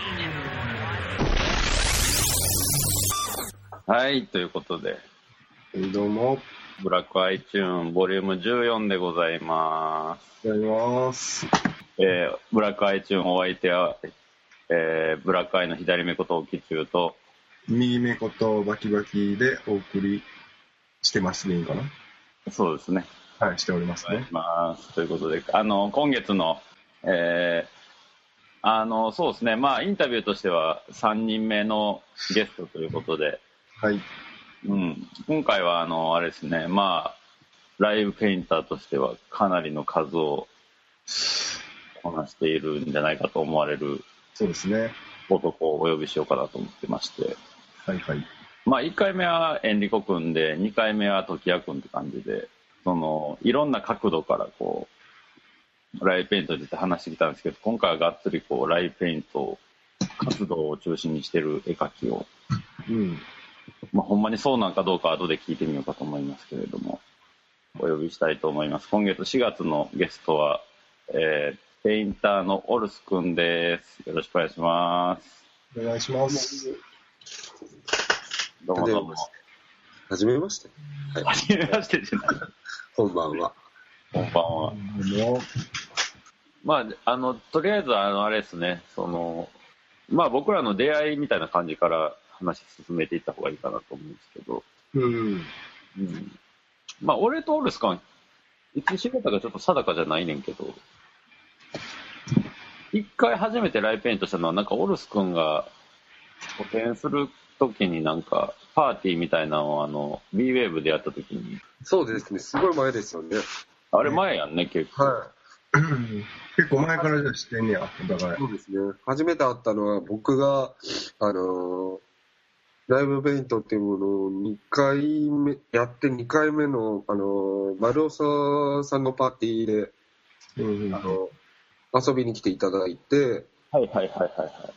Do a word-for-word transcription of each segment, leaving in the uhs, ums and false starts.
はい、ということで、 どうも、 ブラックアイチューンボリュームじゅうよんでございます。 やります。 えー、ブラックアイチューンお相手は、えー、ブラックアイの左目こと沖中と、 右目ことバキバキでお送りしてますでいいかな。 そうですね。 はい、しておりますね。 お願いします。ということで、あの、今月の、えー、あの、そうですね、まあ、インタビューとしてはさんにんめのゲストということで、 はい。 うん、今回は、あの、あれですね、まあ、ライブペインターとしてはかなりの数をこなしているんじゃないかと思われるそうですね。 男をお呼びしようかなと思ってまして、 はいはい。 まあ、いっかいめはエンリコ君でにかいめは時矢君って感じで、そのいろんな角度からこうライブペイントについて話してきたんですけど、今回はがっつりこうライブペイント活動を中心にしてる絵描きを、 うんまあ、ほんまにそうなんかどうか後で聞いてみようかと思いますけれども、お呼びしたいと思います。今月しがつのゲストは、えー、ペインターのオルス君です。よろしくお願いします。 お願いします。 どうもどうも。 はじめまして。 はい。はじめましてじゃない。 こんばんは。 こんばんは。まあ、あの、とりあえず、あの、あれですね、その、まあ僕らの出会いみたいな感じから話進めていった方がいいかなと思うんですけど、 うん。 うん。まあ、俺とオルス君、いつ知れたかちょっと定かじゃないねんけど、一回初めてライブペイントしたのは、なんかオルス君が個展するときになんか、パーティーみたいなのをあの、B ウェーブでやったときに。 そうですね、すごい前ですよね。 あれ前やんね、結構。 はい。 結構前からじゃ知ってんねや、お互い。 そうですね。初めて会ったのは、僕が、あのー、ライブペイントっていうものをにかいめ、やってにかいめの、あのー、丸尾さんのパーティーで、 うん、 あのー、遊びに来ていただいて、 はいはいはいはいはい。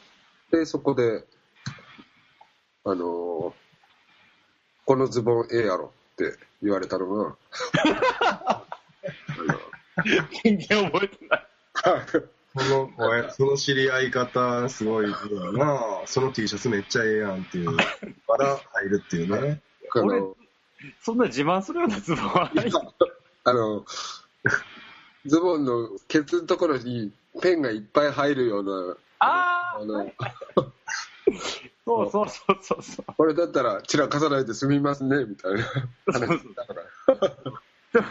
で、そこで、あのー、このズボンええやろって言われたのが、あの全然覚えてない。 その声、その知り合い方、すごいな。その T シャツめっちゃええやんっていう、から入るっていうね。 あの俺、そんな自慢するようなズボンはない。 あの、ズボンのケツのところにペンがいっぱい入るような、 ああの、 そうそうそうそうそう。 これだったら散らかさないで済みますね、みたいな話だから。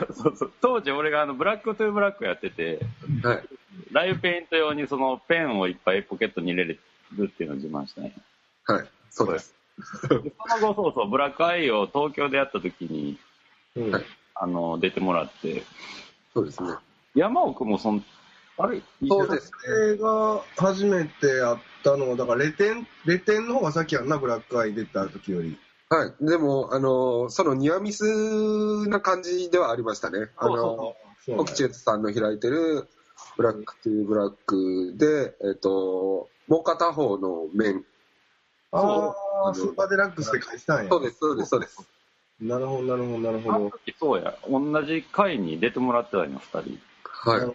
そうそう、当時俺があのブラックトゥーブラックやってて、 はい。 ライブペイント用にそのペンをいっぱいポケットに入れるっていうのを自慢したんや。 はい。そうです。 でその後そうそう、ブラックアイを東京でやった時に、 うん、 はい、 あの出てもらって、 そうですね。 山奥もそん、あれそうですね。が初めてやったのは、だからレテン、レテンの方が先やんな、ブラックアイ出た時より。 はい。でも、あの、そのニアミスな感じではありましたね。あの、オキチューツさんの開いてるブラックトゥーブラックで、えっと、もう片方の面。 ああ、スーパーデラックスで書いてたんや。 そうです、そうです、そうです。 なるほど、なるほど、なるほど。 そうや、同じ回に出てもらってたよ、ふたり。 はい。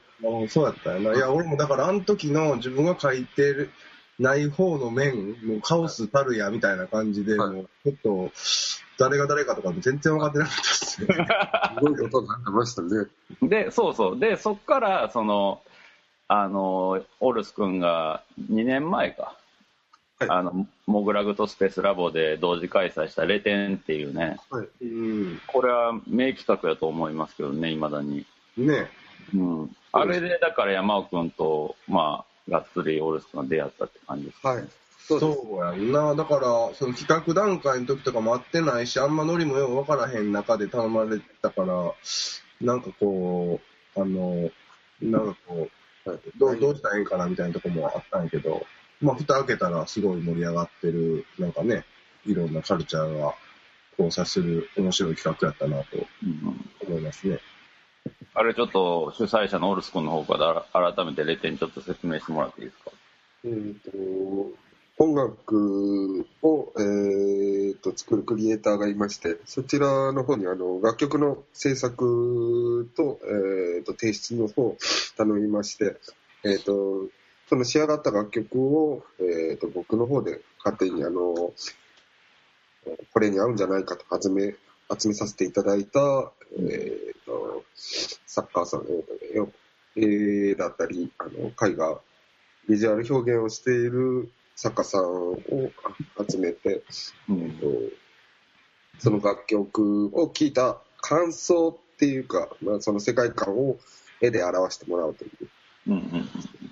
そうやったよな。いや、俺もだから、あの時の自分が書いてる、ない方の面、もうカオスたるやみたいな感じで、はい、もうちょっと、誰が誰かとか全然分かってなかったですね。 すごいことになってましたね。 で、そうそう。で、そっから、その、あの、オルス君がにねんまえか、はい、あの、モグラグとスペースラボで同時開催したレテンっていうね、 はい、うん、 これは名企画やと思いますけどね、いまだに。 ね、 うん。あれで、だから山尾君と、まあ、がっつりオルス君が出会ったって感じですか、ね。 はい。そうそうやんな。だから、その企画段階の時とかも会ってないし、あんまノリもよく分からへん中で頼まれたから、なんかこう、あの、なんかこう、どう、どうしたらいいかなみたいなとこもあったんやけど、まあ、蓋開けたらすごい盛り上がってる、なんかね、いろんなカルチャーが交差する面白い企画やったなと思いますね。うん、 あれちょっと主催者のオルス君の方から改めてレテンちょっと説明してもらっていいですか。 えーと音楽を、えー、と作るクリエイターがいまして、そちらの方にあの楽曲の制作と、えー、と提出の方を頼みまして、えー、とその仕上がった楽曲を、えー、と僕の方で勝手にあのこれに合うんじゃないかと集め集めさせていただいた、えー、と作家さん、えー、絵だったりあの絵画ビジュアル表現をしている作家さんを集めて、うん、とその楽曲を聴いた感想っていうか、まあ、その世界観を絵で表してもらうという。 うんうんうん、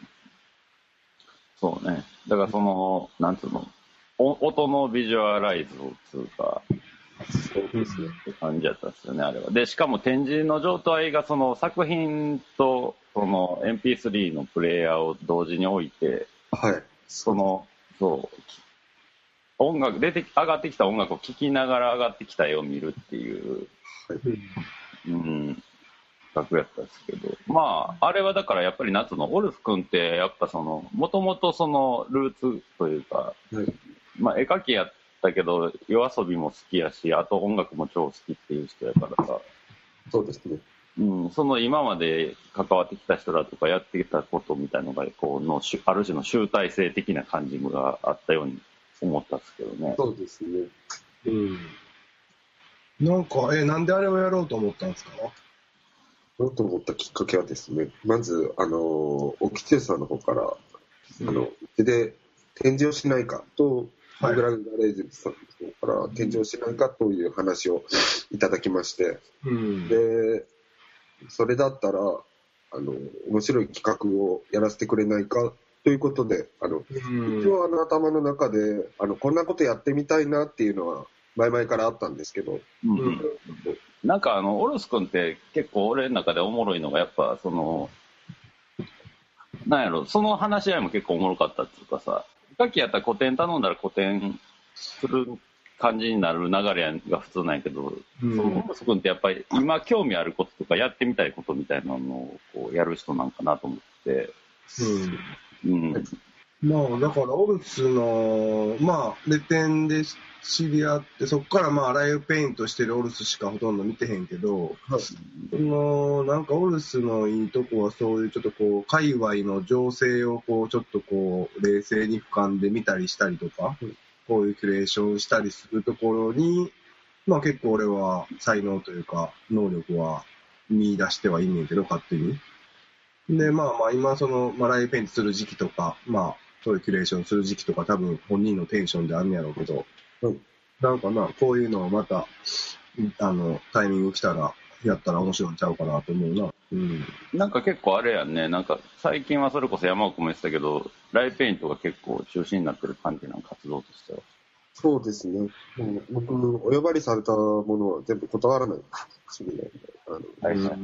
そうね。だからその、なんつうの、お音のビジュアライズをつうか、そうですねって感じだったんですよね、あれは。で、しかも展示の状態がその作品とその エムピースリー のプレイヤーを同時に置いて、 はい。 その、そう、音楽、出て、上がってきた音楽を聴きながら上がってきた絵を見るっていう、はい、うん、楽やったんですけど、まあ、あれはだからやっぱり夏のオルフ君って、やっぱその、もともとそのルーツというか、はい、まあ、絵描きやったけど、夜遊びも好きやし、あと音楽も超好きっていう人やからさ、 そうですね。 うん、その今まで関わってきた人らとかやってきたことみたいなのが、こうの、ある種の集大成的な感じがあったように思ったんですけどね。 そうですね。 うん。なんか、え、なんであれをやろうと思ったんですか？やろうと思ったきっかけはですね、まず、あの、沖中さんの方から、うん、あの、で、展示をしないかと、はい、グランガレージさんの方から展示をしないかという話をいただきまして、うん、で、それだったら、あの、面白い企画をやらせてくれないかということで、あの、うん、一応あの頭の中で、あの、こんなことやってみたいなっていうのは、前々からあったんですけど。うんうん、 なんかあの、オルス君って結構俺の中でおもろいのが、やっぱその、なんやろ、その話し合いも結構おもろかったっていうかさ、さっきやったら個展頼んだら個展する感じになる流れが普通なんやけど、うん、そのオルス君ってやっぱり今興味あることとかやってみたいことみたいなのをこうやる人なんかなと思って、うん。うんまあ、だから、オルスの、まあ、レテンで知り合って、そこからまあ、ライブペイントしてるオルスしかほとんど見てへんけど、はい、その、なんかオルスのいいとこは、そういうちょっとこう、界隈の情勢をこう、ちょっとこう、冷静に俯瞰で見たりしたりとか、うん、こういうキュレーションしたりするところに、まあ結構俺は才能というか、能力は見出してはいんねんけど、勝手に。で、まあまあ今その、まあ、ライブペイントする時期とか、まあ、そういうキュレーションする時期とか多分本人のテンションであんねやろうけど、うん、なんかまあこういうのをまた、あの、タイミング来たら、やったら面白いんちゃうかなと思うな。うん。 なんか結構あれやんね、なんか最近はそれこそ山奥も言ってたけど、ライブペイントが結構中心になってる感じな活動としては。 そうですね。もう僕、お呼ばれされたものは全部断らない趣味なんで。あのはいはい。うん。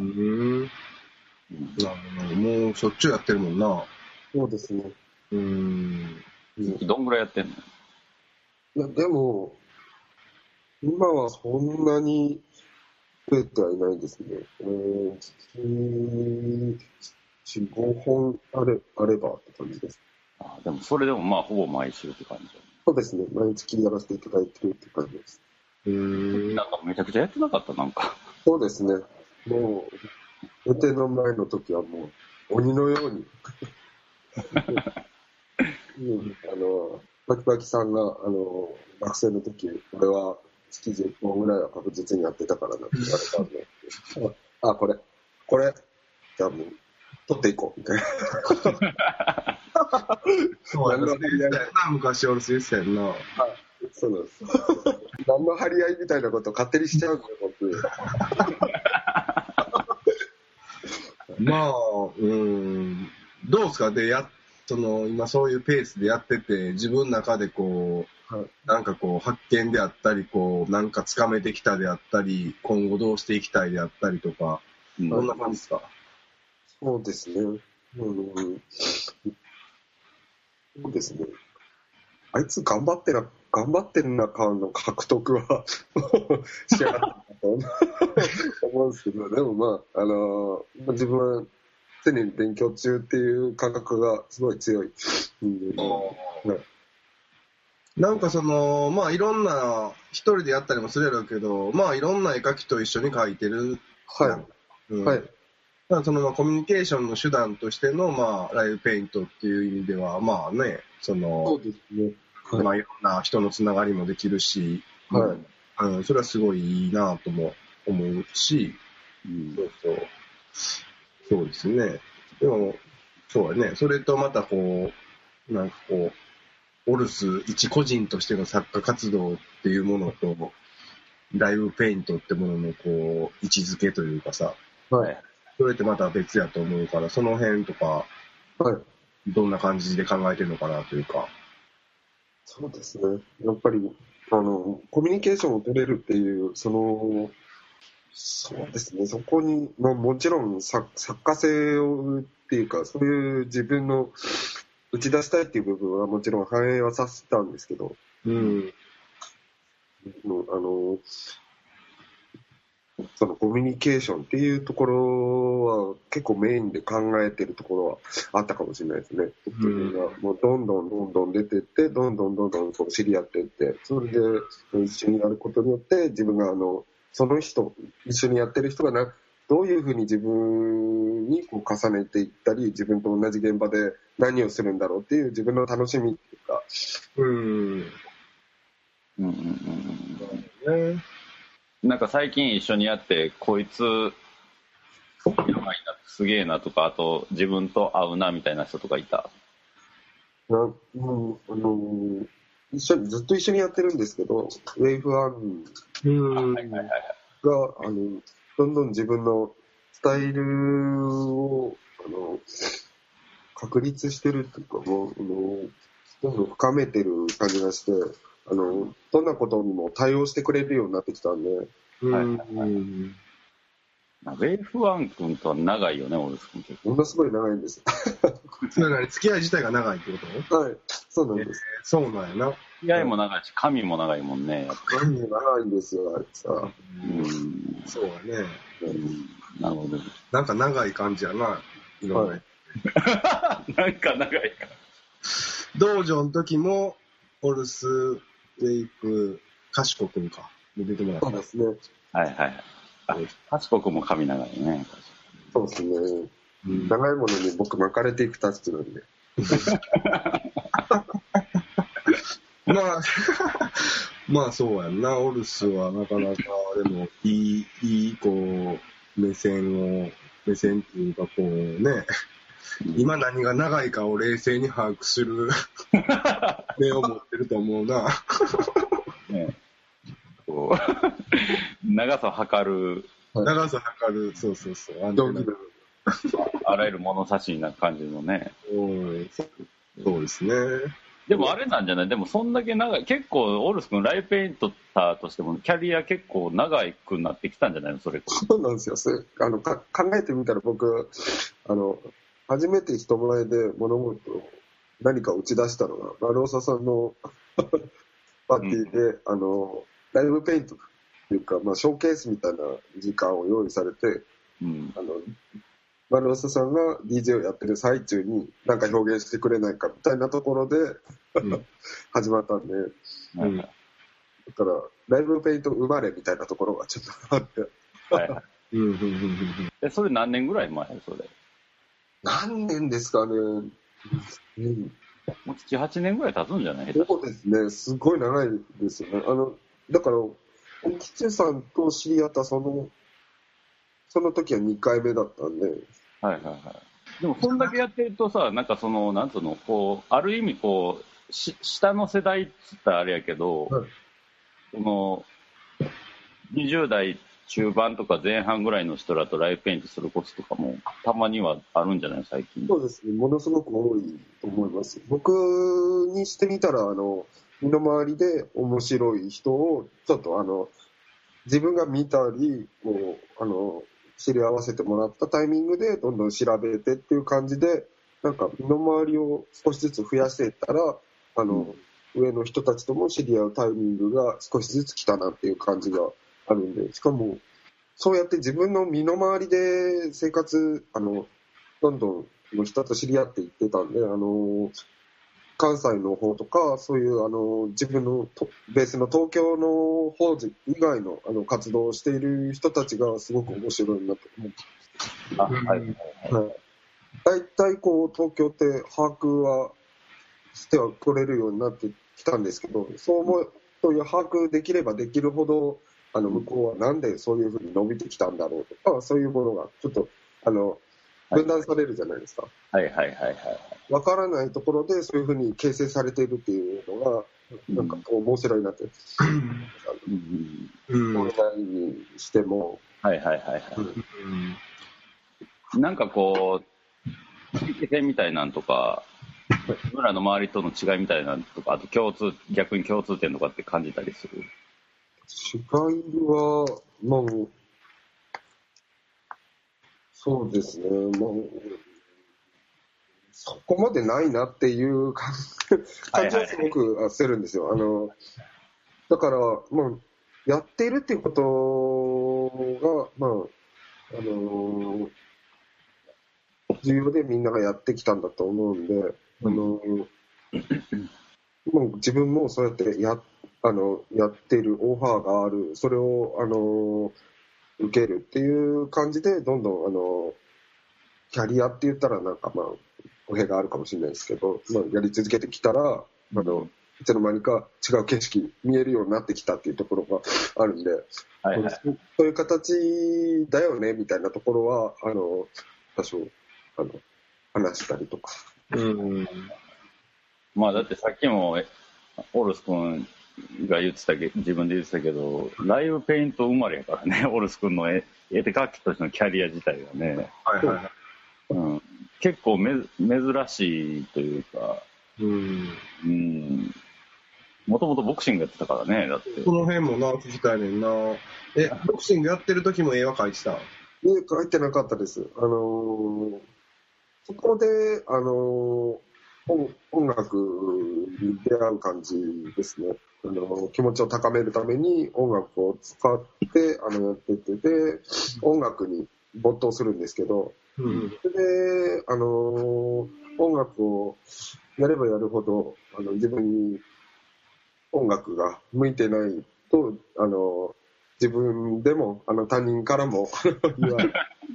なるほど。もうしょっちゅうやってるもんな。 そうですね。 うーん。どんぐらいやってんの？ いや、でも、今はそんなに増えてはいないですね。えー、よん、ごほんあれ、あればって感じです。 あでも、それでもまあ、ほぼ毎週って感じだね。 そうですね。毎月やらせていただいてるって感じです。 へー。なんかめちゃくちゃやってなかった、なんか。 そうですね。もう、予定の前の時はもう、鬼のように。うん、あの、バキバキさんが、あの、学生の時、俺は月じゅっぽんぐらいは確実にやってたからなって言われたんで、あ、これ、これ、じゃあもう、取っていこう、みたいな。 そうやな、昔俺言ってたやんな。はい、 そうなんです。何の張り合いみたいなこと勝手にしちゃうんだよ、僕。 まあ、うん、どうですかで、や、その、今そういうペースでやってて、自分の中でこう、はい、なんかこう、発見であったり、こう、なんかつかめてきたであったり、今後どうしていきたいであったりとか、うん、どんな感じですか？ そうですね。うん、そうですね。あいつ頑張ってな、頑張ってる中の獲得はしやがったと思うんですけど、でもまあ、あのー、自分は常に勉強中っていう感覚がすごい強い人間で、ね。 なんかその、まあいろんな、一人でやったりもするやろうけど、まあいろんな絵描きと一緒に描いてる。 はい。うん、はい。 ただそのまあコミュニケーションの手段としてのまあライブペイントっていう意味ではまあね、そのそうですね。 はい、まあいろんな人のつながりもできるし、はい、うん、それはすごいいいなとも思うし、うん、そうそう、そうですね。でもそうやね、それとまたこうなんかこうオルス一個人としての作家活動っていうものとライブペイントってもののこう位置づけというかさ、はい、それってまた別やと思うから、その辺とか、はい、どんな感じで考えてるのかなというか。 そうですね。やっぱりあのコミュニケーションを取れるっていうそのそうですね。そこにももちろん作作家性をっていうか、そういう自分の打ち出したいっていう部分はもちろん反映はさせたんですけど、うん、あのそのコミュニケーションっていうところは結構メインで考えてるところはあったかもしれないですね。うん、もうどんどんどんどん出てって、どんどんどんどんこう知り合っていって、それで一緒にやることによって自分があのその人、一緒にやってる人がなどういうふうに自分にこう重ねていったり、自分と同じ現場で何をするんだろうっていう自分の楽しみっていうか。うん。うんうんうん。ね。なんか最近一緒にやって、こいつ、やばいな、すげえなとか、あと自分と合うなみたいな人とかいた？ なうん、あのー、一緒に、ずっと一緒にやってるんですけど、ウェイフワンが、あの、どんどん自分のスタイルを、あの、確立してるっていうか、もう、あの、どんどん深めてる感じがして、あの、どんなことにも対応してくれるようになってきたんで、うん、はいはい、 ウェイフワン君とは長いよね、俺君。 ものすごい長いんです。 それなり付き合い自体が長いってこと？はい、そうなんです。 えー、そうなんやな。 付き合いも長いし、髪も長いもんね。 髪も長いんですよ、あれさ。 うん、そうやね。 うん、なるほど。 なんか長い感じやな、今まで。はい、 なんか長いか。 道場の時も、オルス、ウェイプ、賢くんか。出てもらった。 そうですね。 はいはい。賢くも髪長いね。 そうですね。うん、長いものに僕巻かれていくタッチなんで。 まあ、まあそうやんな。オルスはなかなか、でも、いい、いい、こう、目線を、目線っていうか、こうね、今何が長いかを冷静に把握する目を持ってると思うな。 ね、こう長さを測る。 長さを測る、そうそうそう。 あらゆる物差しな感じのね。 そうですね。 でもあれなんじゃない？でもそんだけ長い、結構オルス君ライブペイントターとしてもキャリア結構長くなってきたんじゃないの？それ。 そうなんですよ。それあのか考えてみたら僕あの初めて人前で物事を何か打ち出したのが丸尾さんのパーティーで、うん、あのライブペイントっていうか、まあ、ショーケースみたいな時間を用意されて、うん、あの丸尾さんが ディージェー をやってる最中に何か表現してくれないかみたいなところで、うん、始まったんで、うん、だからライブペイント生まれみたいなところがちょっとあって、はいはい、うんうんうんうん、それ何年ぐらい前？それ何年ですかね、うん、 もうななはちねんぐらい経つんじゃない？ そうですね、すごい長いですよね。あのだから吉さんと知り合ったそのその時はにかいめだったんで、 はいはいはい。でもそんだけやってるとさ、なんかそのなんつうの、こうある意味こうし下の世代っつったらあれやけど、はい、そのにじゅう代中盤とか前半ぐらいの人らとライブペイントするコツとかもたまにはあるんじゃない最近？ そうですね、ものすごく多いと思います。僕にしてみたらあの身の回りで面白い人をちょっとあの自分が見たりこうあの知り合わせてもらったタイミングでどんどん調べてっていう感じでなんか身の回りを少しずつ増やしていったらあの、うん、上の人たちとも知り合うタイミングが少しずつ来たなっていう感じがあるんで、しかもそうやって自分の身の回りで生活あのどんどんの人と知り合っていってたんで、あの関西の方とかそういうあの自分のベースの東京の方以外のあの活動をしている人たちがすごく面白いなと思って。 あ、はいはいはい。 大体こう東京って把握はしては取れるようになってきたんですけど、そう思うそういう把握できればできるほど、あの向こうはなんでそういうふうに伸びてきたんだろうとか、そういうものがちょっとあの分断されるじゃないですか。 はいはいはいはいはい。 分からないところでそういうふうに形成されているっていうのが、なんかこう面白いなって。うん。うん。オンラインにしても。 はいはいはいはい。うん、なんかこう、地域性みたいなんとか、自分らの周りとの違いみたいなんとか、あと共通、逆に共通点とかって感じたりする？ 違いは、まあ、そうですね、まあ、そこまでないなっていう感じはすごくしてるんですよ。あのだから、まあ、やっているっていうことが、まあ、あの重要でみんながやってきたんだと思うんで、あのもう自分もそうやってやあのやってるオファーがある、それをあの受けるっていう感じで、どんどんあのキャリアって言ったらなんかまあ語弊があるかもしれないですけど、まあ、やり続けてきたら、あのいつの間にか違う景色見えるようになってきたっていうところがあるんで、はいはい、そういう形だよねみたいなところはあの多少あの話したりとか。うん、 まあだってさっきもオルス君が言ってたけ自分で言ってたけど、ライブペイント生まれやからね、オルス君の絵絵手描きとしてのキャリア自体がね、はいはいはい、うん、結構め珍しいというか、うん、うん、もともとボクシングやってたからね、だって。 その辺もな、聞きたいねんな。え、ボクシングやってる時も絵は描いてた？ 絵描いてなかったです。あのー、そこで、あのー、音, 音楽に出会う感じですね。あの気持ちを高めるために音楽を使ってあのやっててで音楽に没頭するんですけど、うん、それであの音楽をやればやるほどあの自分に音楽が向いてないとあの自分でもあの他人からも言われる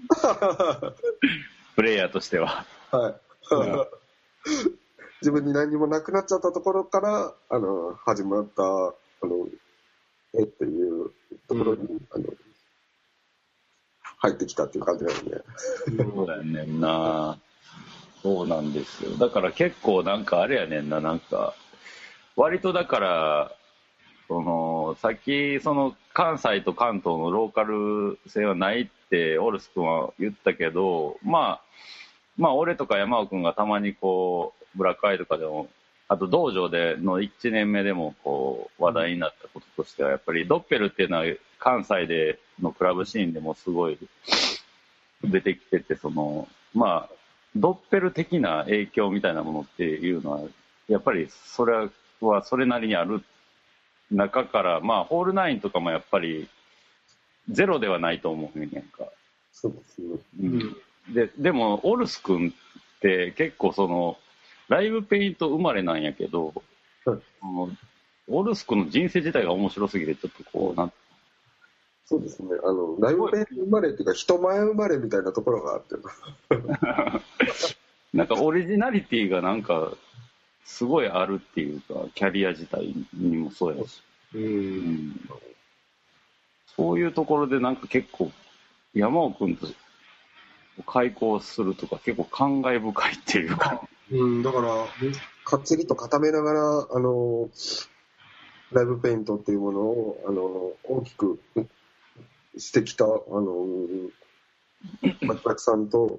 プレイヤーとしては、はい、 自分に何もなくなっちゃったところからあの始まったあの絵っていうところに、うん、あの入ってきたっていう感じなんで。 そうだよねんな。そうなんですよ。だから結構なんかあれやねんな、なんか割とだからそのさっきその関西と関東のローカル性はないってオルス君は言ったけど、まあまあ俺とか山尾君がたまにこうブラックアイとかでも、あと道場でのいちねんめでもこう話題になったこととしては、やっぱりドッペルっていうのは関西でのクラブシーンでもすごい出てきてて、そのまあドッペル的な影響みたいなものっていうのはやっぱりそれはそれなりにある中から、まあホールナインとかもやっぱりゼロではないと思うねんか。 そうですね。 うん。で, でもオルス君って結構そのライブペイント生まれなんやけど、うん、オルス君の人生自体が面白すぎてちょっとこうなんそうですね、あのライブペイント生まれっていうか人前生まれみたいなところがあってなんかオリジナリティがなんかすごいあるっていうか、キャリア自体にもそうやし、うん、うん、そういうところでなんか結構山尾君と開講するとか結構感慨深いっていうか、 うん、だからかっちりと固めながらあのライブペイントっていうものをあの大きくしてきたあの松崎さんと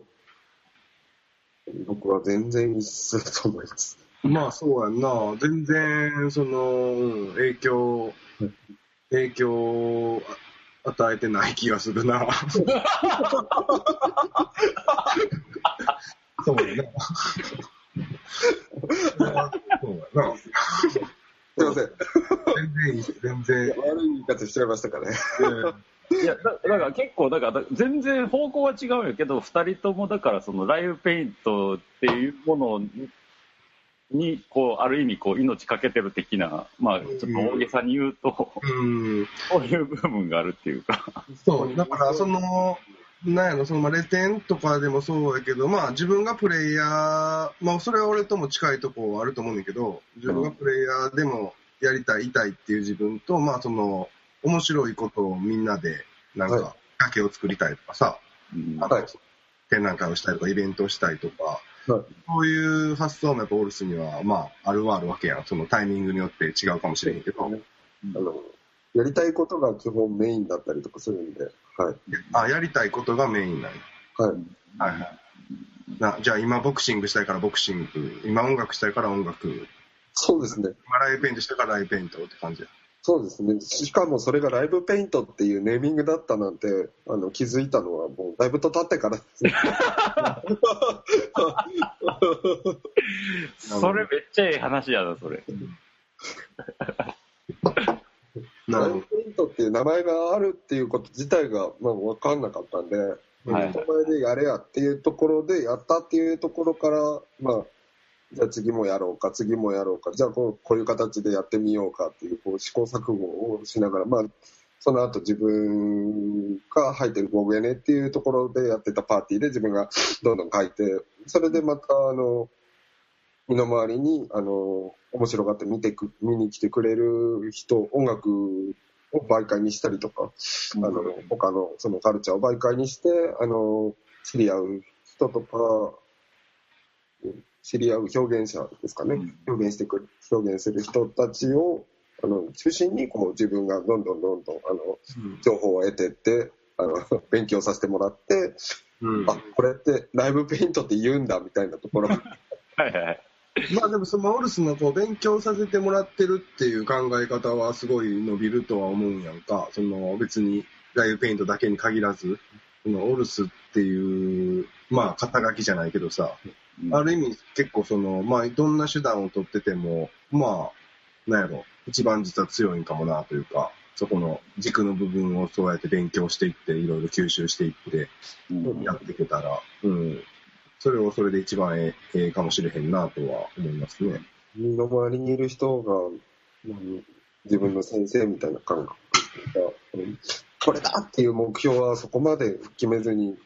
僕は全然一緒だと思います。 まあそうやんな、全然その影響影響を与えてない気がするな。そうだね。そうだな。 すいません。 全然いい、全然。 悪い言い方しちゃいましたかね。 いや だ, だから結構だから全然方向は違うんやけど、ふたりともだからそのライブペイントっていうものにこうある意味こう命かけてる的な、まあちょっと大げさに言うと、うん、そういう部分があるっていうか。 そうだからそのなんやろ、そのまあレテンとかでもそうやけど、まあ自分がプレイヤー、まあそれは俺とも近いとこあると思うんだけど、自分がプレイヤーでもやりたい、いたいっていう自分と、まあその、面白いことをみんなで、なんか、掛けを作りたいとかさ、あと、はい、展覧会をしたいとか、イベントをしたいとか、はい、そういう発想もやっぱオルスには、まあ、あるはあるわけやん。そのタイミングによって違うかもしれへんけど。ね、 あのやりたいことが基本メインだったりとかするんで、はい。 あ、やりたいことがメインなんや。 はい。 はいはい。なじゃあ今ボクシングしたいからボクシング、今音楽したいから音楽。 そうですね。 今ライブペイントしたいからライブペイントって感じや。 そうですね。しかもそれがライブペイントっていうネーミングだったなんて、あの気づいたのはもうだいぶと経ってからですね。 それめっちゃええ話やな、それ。 ライブペイントっていう名前があるっていうこと自体が、まあ、分かんなかったんで、はい、人前でやれやっていうところでやったっていうところから、まあ、じゃあ次もやろうか、次もやろうか、じゃあこう、こういう形でやってみようかっていう、こう試行錯誤をしながら、まあ、その後自分が入ってるゴーグやねっていうところでやってたパーティーで自分がどんどん書いて、それでまた、あの、身の回りに、あの、面白がって見てく、見に来てくれる人、音楽を媒介にしたりとか、あの、他のそのカルチャーを媒介にして、あの、知り合う人とか、知り合う表現者ですかね、表現してくる、表現する人たちを、あの、中心に、こう、自分がどんどんどんどん、あの、情報を得てって、あの、勉強させてもらって、うん、あ、これってライブペイントって言うんだ、みたいなところ。 はいはい。 まあでもそのオルスのこう勉強させてもらってるっていう考え方はすごい伸びるとは思うんやんか。その別にライブペイントだけに限らず、そのオルスっていうまあ肩書きじゃないけどさ、うん、ある意味結構そのまあどんな手段を取っててもまあなんやろ一番実は強いんかもなというか、そこの軸の部分をそうやって勉強していっていろいろ吸収していってやっていけたら、うん。それをそれで一番ええかもしれへんなとは思いますね。 身の回りにいる人が、うん、自分の先生みたいな感覚が、うん、これだっていう目標はそこまで決めずに。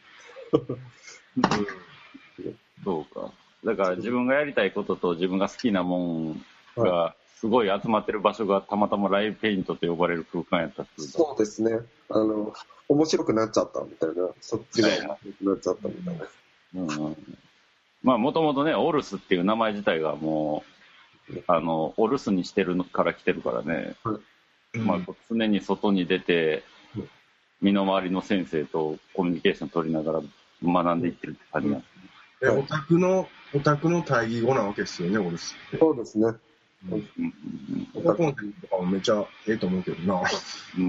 そうか。だから自分がやりたいことと自分が好きなもんがすごい集まってる場所がたまたまライブペイントと呼ばれる空間やったっていう。 そうですね。あの、面白くなっちゃったみたいな。そっちが面白くなっちゃったみたいな。 うん、まあもともとねオルスっていう名前自体がもうあのオルスにしてるのから来てるからね、うん、まあ、常に外に出て身の回りの先生とコミュニケーション取りながら学んでいってるって感じなんですね。えオタクのオタクの対義語なわけですよねオルスって。 そうですね。 うんうんうん、オタコンテンツとかもめちゃええと思うけどな。 うん、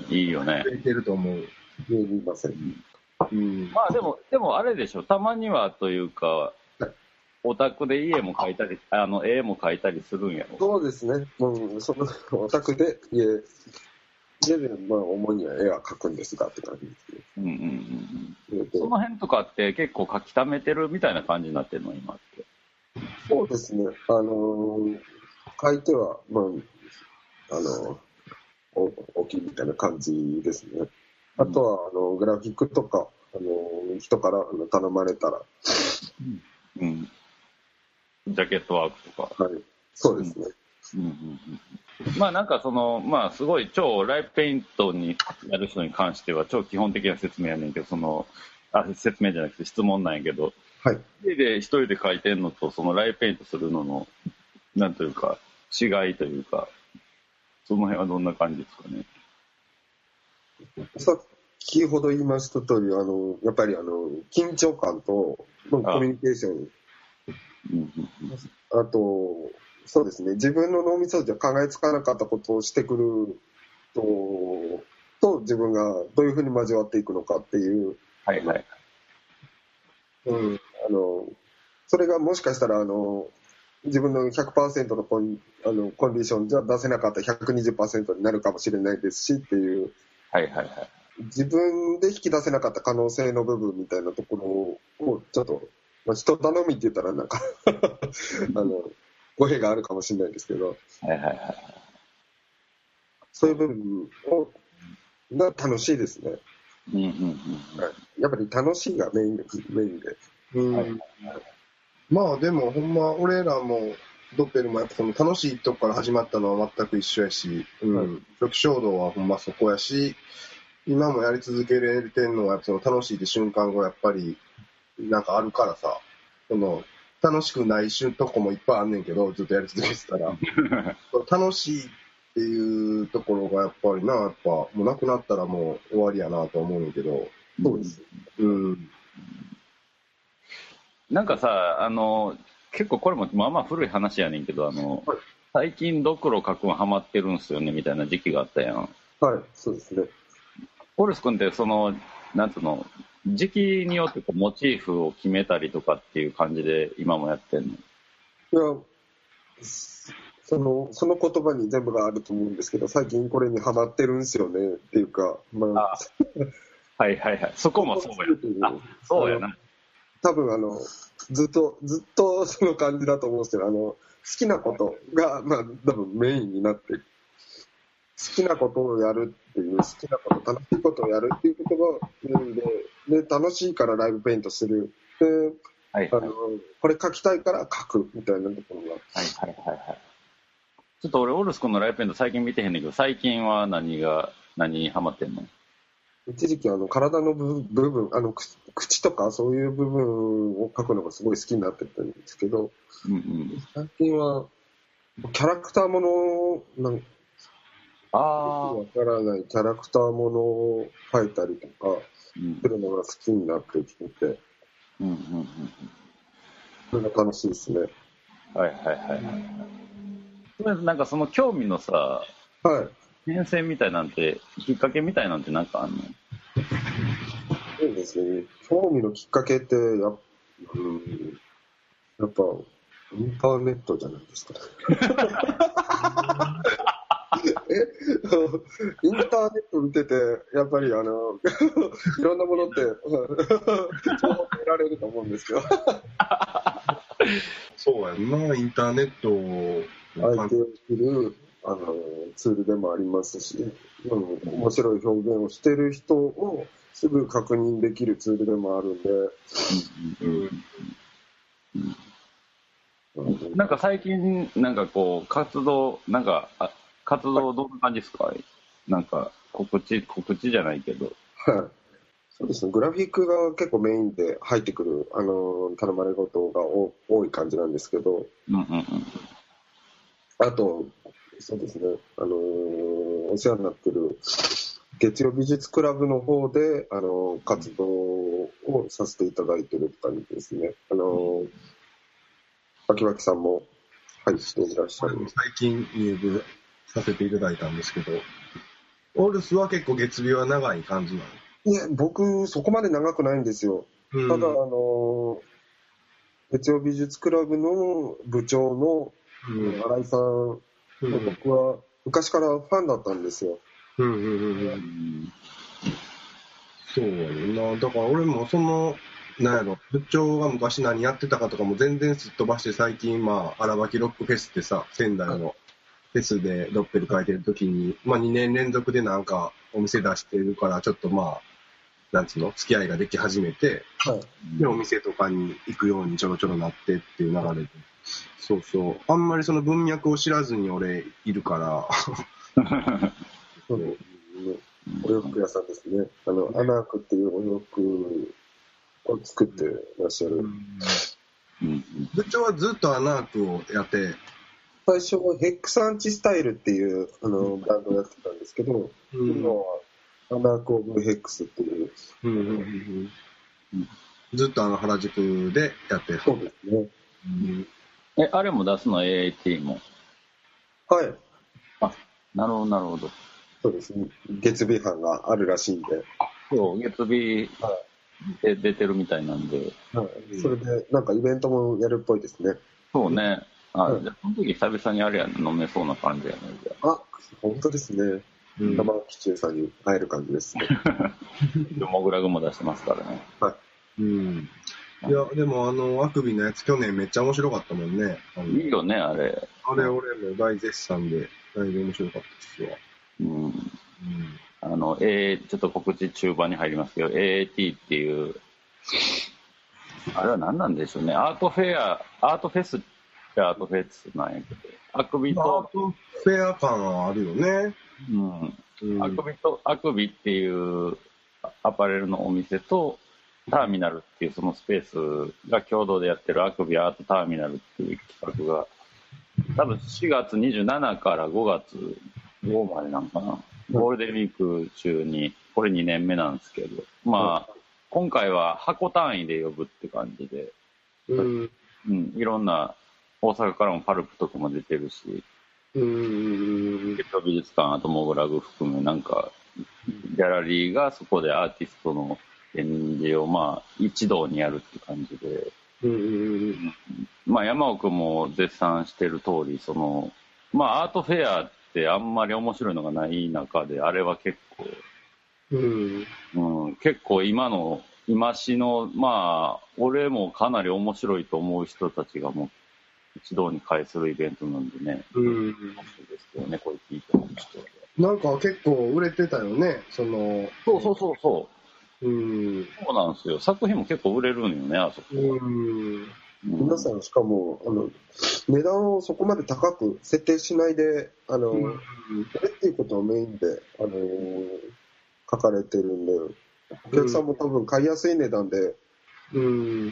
いいよね。 いけると思う。 見ません。 うん、まあでも、でもあれでしょ、たまにはというか、オタクで家も描いたり、あの絵も描いたりするんやろ。 そうですね、うん、そのオタクで家、家で、まあ、主には絵は描くんですがって感じですけど、 うんうんうん、その辺とかって結構描き溜めてるみたいな感じになってるの、今って。 そうですね、あのー、描いては、まあ、あのー、大きいみたいな感じですね。あとは、あの、グラフィックとか、あの、人からあの頼まれたら、 うん。ジャケットワークとか。 はい。そうですね。 うんうんうんうん、まあなんかその、まあすごい超ライブペイントにやる人に関しては超基本的な説明やねんけど、その、あ、説明じゃなくて質問なんやけど、 はい。 家で一人で書いてんのと、そのライブペイントするのの、なんというか、違いというか、その辺はどんな感じですかね。 さっきほど言いました通り、あの、やっぱりあの、緊張感と、コミュニケーション、あ, あと、そうですね、自分の脳みそじゃ考えつかなかったことをしてくると、と自分がどういうふうに交わっていくのかっていう、 はいはい。 うん、あの、それがもしかしたら、あの、自分の ひゃくパーセント のコン、あのコンディションじゃ出せなかった ひゃくにじゅっパーセント になるかもしれないですしっていう、 はいはいはい、 自分で引き出せなかった可能性の部分みたいなところをちょっと、まあ、人頼みって言ったらなんかあの語弊があるかもしれないですけど、 はいはいはい、 そういう部分をが楽しいですね。 うんうんうん。 やっぱり楽しいがメインで、メインで。 うん。はい、まあでもほんま俺らもドッペルもやっぱその楽しいとこから始まったのは全く一緒やし、うん。初期衝動はほんまそこやし、今もやり続けれてんのはその楽しいって瞬間がやっぱりなんかあるからさ、その楽しくない瞬とこもいっぱいあんねんけど、ずっとやり続けてたら楽しいっていうところがやっぱりな、やっぱもうなくなったらもう終わりやなと思うんだけど、 そうです。 うん。 なんかさ、あの結構これもまあまあ古い話やねんけど、あの、はい、最近ドクロ書くのハマってるんすよねみたいな時期があったやん。 はい、そうですね。 オルス君ってそのなんつうの時期によってこうモチーフを決めたりとかっていう感じで今もやってんの？ いや、そのその言葉に全部があると思うんですけど、最近これにハマってるんすよねっていうか、まあ、 あはいはいはい、そこもそうや。あ、そうやな。 多分あのずっとずっとその感じだと思うんですけど、あの好きなことがまあ多分メインになってる。好きなことをやるっていう、好きなこと、楽しいことをやるっていうことがメインで、で、楽しいからライブペイントする。で、はいはい、あのこれ書きたいから書くみたいなところが。 はいはいはいはい。ちょっと俺、オルス君のライブペイント最近見てへんねんけど、最近は何が、何にハマってんの？ 一時期あの体の部分、あの口とかそういう部分を書くのがすごい好きになってたんですけど、うんうん、最近はキャラクターものなんあわからないキャラクターものを描いたりとかするのが好きになってきてて、うんうんうん、それが楽しいですね。 はいはいはいはい。とりあえずなんかその興味のさ、 はい、 変遷みたいなんてきっかけみたいなんてなんかあんの？ そうですね。興味のきっかけってや、うん、やっぱインターネットじゃないですか。えインターネット見ててやっぱりあのいろんなものって情報得られると思うんですけどそうやんな、インターネットを相手をするあのツールでもありますし、うん、面白い表現をしてる人をすぐ確認できるツールでもあるんで、うんうん、なんか最近なんかこう活動なんかあ活動どんな感じですか？なんか告知告知じゃないけど、 はい、そうですね。グラフィックが結構メインで入ってくるあの頼まれ事が多い感じなんですけど、うんうんうん、あとそうですね、あのー、お世話になってる月曜美術クラブの方で、あのー、活動をさせていただいてるって感じですね。あのー、秋脇さんも入っていらっしゃる。 最近入部させていただいたんですけど、オルスは結構月日は長い感じなの？ いや、僕そこまで長くないんですよ。うん、ただ、あのー、月曜美術クラブの部長の、うん、新井さん、うん、僕は昔からファンだったんですよ。うんうんうんうん、 そうやな。だから俺もそのなんやろ、部長が昔何やってたかとかも全然すっ飛ばして、最近まあ荒脇ロックフェスってさ、仙台のフェスでドッペル書いてる時に、まあにねん連続でなんかお店出してるから、ちょっとまあなんつうの付き合いができ始めて、はい、でお店とかに行くようにちょろちょろなってっていう流れで、そうそう、あんまりその文脈を知らずに俺いるからそうね、お洋服屋さんですね。あのアナークっていうお洋服を作ってらっしゃる、うんうん、部長はずっとアナークをやって、 最初はヘックスアンチスタイルっていうあのブランドをやってたんですけど、うん、今はアナークオブヘックスっていう、うんうんうんうん、ずっとあの原宿でやってる。 そうですね、 うん、えあれも出すの エーエーティー も？ はい。 あ、なるほどなるほど。 そうですね、月日班があるらしいんで。 そう、月日で出てるみたいなんで、 はい、それでなんかイベントもやるっぽいですね。 そうね。あ、はい、じゃあその時久々にあれや飲めそうな感じやね。じゃあ、本当ですね。生木中さんに会える感じですね。 モグラグも出してますからね。 はい。うん。いや、でもあの、あくびのやつ去年めっちゃ面白かったもんね。 いいよね、あれ。 あれ俺も大絶賛で、だいぶ面白かったですわ。うん。うん、 あの、A、ちょっと告知中盤に入りますけど、エーエーティー っていう、あれは何なんでしょうね、アートフェア、アートフェスってアートフェスなんやけど、あくびと、 アートフェア感はあるよね。 うん。 うん、 あくびと、あくびっていうアパレルのお店と、ターミナルっていうそのスペースが共同でやってるあくびアートターミナルっていう企画が、多分しがつにじゅうしちからごがつごまでなんかな、ゴールデンウィーク中に、これにねんめなんですけど、まあ、今回は箱単位で呼ぶって感じで、 うん、 うん、いろんな、大阪からもパルプとかも出てるし、 うん、 東京美術館、あとモグラグ含め、なんか、ギャラリーがそこでアーティストの展示を、まあ、一堂にやるって感じで、 うん、 まあ、山奥も絶賛してる通り、その、まあ、アートフェアってあんまり面白いのがない中で、あれは結構、 うん、 うん、結構今の、今しの、まあ、俺もかなり面白いと思う人たちがもう一堂に会するイベントなんでね、 うん、 面白いですけどね、これ聞いても人は。 なんか結構売れてたよね、その。 そうそうそうそう。 うん、 そうなんですよ。作品も結構売れるんよね、あそこは。 うん、 うん、 皆さん、しかも、あの、値段をそこまで高く設定しないで、あの、 うん、 売れっていうことをメインで、あの、書かれてるんで、お客さんも多分買いやすい値段で、 うん、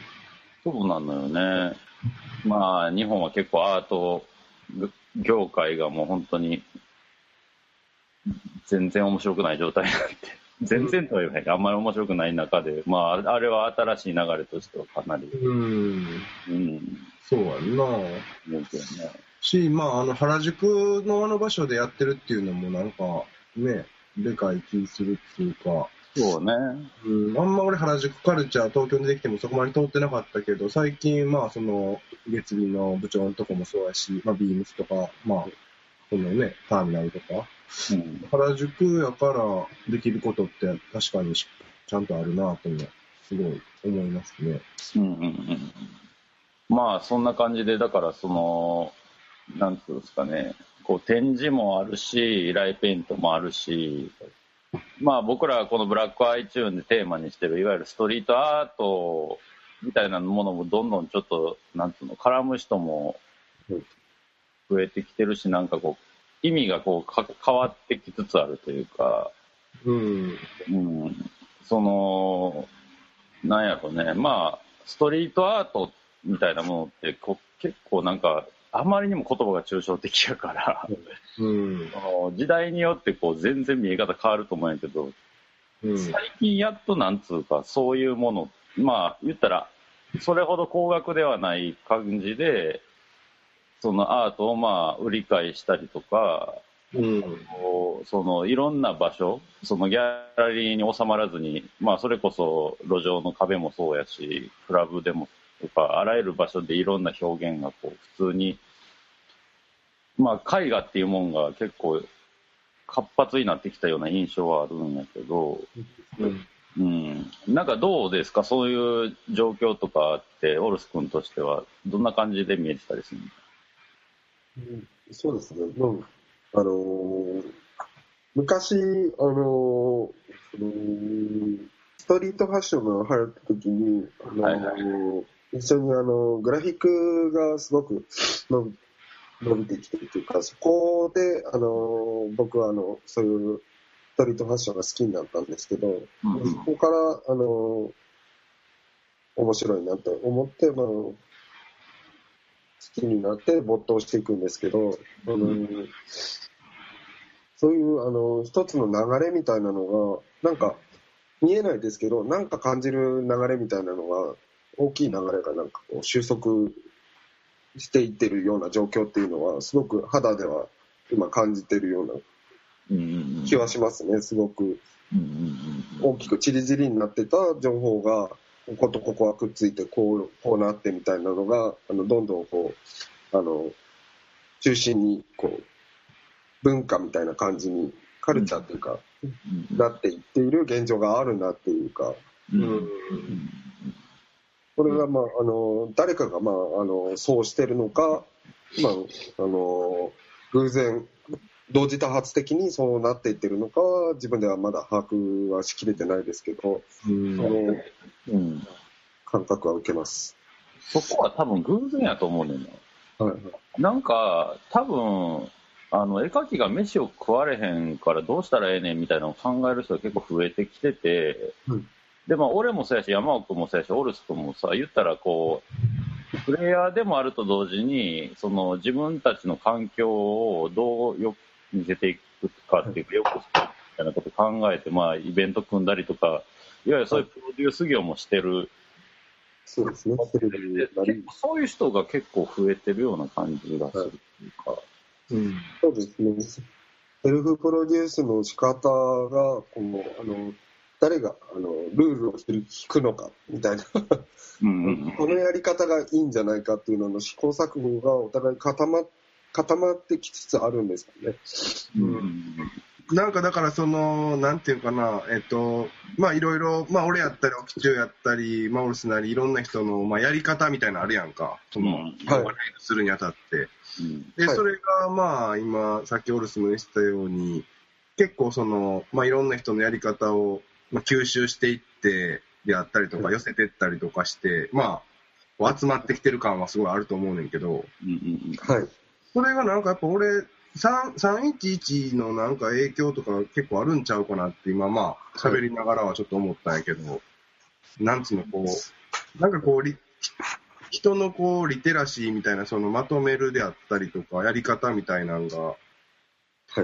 そうなのよね。まあ、日本は結構アート業界がもう本当に全然面白くない状態になって、全然とは言わないけど、あんまり面白くない中で、まあ、あれは新しい流れとしてはかなり、 うん、 うん、 そうやんな。 思うけどね。 し、まあ、あの、原宿のあの場所でやってるっていうのもなんか、ね、でかい気するっていうか、 そうね。 うん、あんま俺原宿カルチャー東京に出てきてもそこまで通ってなかったけど、最近まあその月美の部長のとこもそうやし、まあビームスとか、まあ、このね、ターミナルとか、 うん、 原宿やからできることって確かにちゃんとあるなともすごい思いますね。 うんうんうん。まあ、そんな感じで、だからその、なんていうんですかね、こう展示もあるし、ライペイントもあるし、まあ僕らはこのブラックアイチューンでテーマにしてるいわゆるストリートアートみたいなものもどんどんちょっとなんつうの絡む人も増えてきてるし、なんかこう意味がこうか変わってきつつあるというか、 うん。 うん、そのなんやろね、まあストリートアートみたいなものってこ結構なんかあまりにも言葉が抽象的やから、 うん。 その時代によってこう全然見え方変わると思うんやけど、 うん。 最近やっとなんつうかそういうもの、まあ言ったらそれほど高額ではない感じでそのアートをまあ売り買いしたりとか、 うん。 こうそのいろんな場所、そのギャラリーに収まらずに、まあそれこそ路上の壁もそうやしクラブでもとかあらゆる場所でいろんな表現がこう普通に、まあ絵画っていうもんが結構活発になってきたような印象はあるんやけど、 うんうん、なんかどうですか、そういう状況とかってオルス君としてはどんな感じで見えてたりするの？ うんそうですね。まあ、あのー昔、あのーそのストリートファッションが流行った時に、あのーはいはい一緒にあのグラフィックがすごく伸び伸びてきてるというか、そこで、あの僕はあのそういうストリートファッションが好きになったんですけど、 うんうんそこからあの面白いなと思って、まあ、好きになって没頭していくんですけど、あのそういうあの一つの流れみたいなのがなんか見えないですけど、なんか感じる流れみたいなのが、大きい流れがなんかこう収束していってるような状況っていうのはすごく肌では今感じてるような気はしますね。すごく大きくチリチリになってた情報がこことここはくっついてこうこうなってみたいなのがあのどんどんこうあの中心にこう文化みたいな感じにカルチャーというかなっていっている現状があるなっていうか、 うん。 これがまああの誰かがまああのそうしてるのか、まああの偶然同時多発的にそうなっていってるのかは自分ではまだ把握はしきれてないですけど、うん、その、うん、感覚は受けます。 そこは多分偶然やと思うねんな。 はいはい、 なんか多分あの絵描きが飯を食われへんからどうしたらええねんみたいなのを考える人が結構増えてきてて、うん、でまあ俺もそうやし山尾君もそうやしオルス君もさ言ったらこうプレイヤーでもあると同時にその自分たちの環境をどうよく見せていくかっていうかよくするみたいなことを考えて、まあ、イベント組んだりとかいわゆるそういうプロデュース業もしてる。 そうですね。 そういう人が結構増えてるような感じがするというか、はいうん、そうですね。セルフプロデュースの仕方がこのあの誰があのルールを引くのかみたいなうんうん、このやり方がいいんじゃないかっていうのの試行錯誤がお互い固ま固まってきつつあるんですよね。 うんうんなんかだからそのなんていうかなえっとまあいろいろまあ俺やったりオキチューやったりマウルスなりいろんな人のまあやり方みたいなのあるやんかその、うん、はい、するにあたって、うん、でそれがまあ今さっきオルスも言ってたように結構そのまあいろんな人のやり方をまあ吸収していってであったりとか寄せていったりとかしてまあ集まってきてる感はすごいあると思うねんけど、うんうんうん、はいそれがなんかやっぱ俺さんいちいちのなんか影響とか結構あるんちゃうかなって今まあ喋りながらはちょっと思ったんやけど、はい、なんつうのこうなんかこうリ人のこうリテラシーみたいなそのまとめるであったりとかやり方みたいなのが、はい、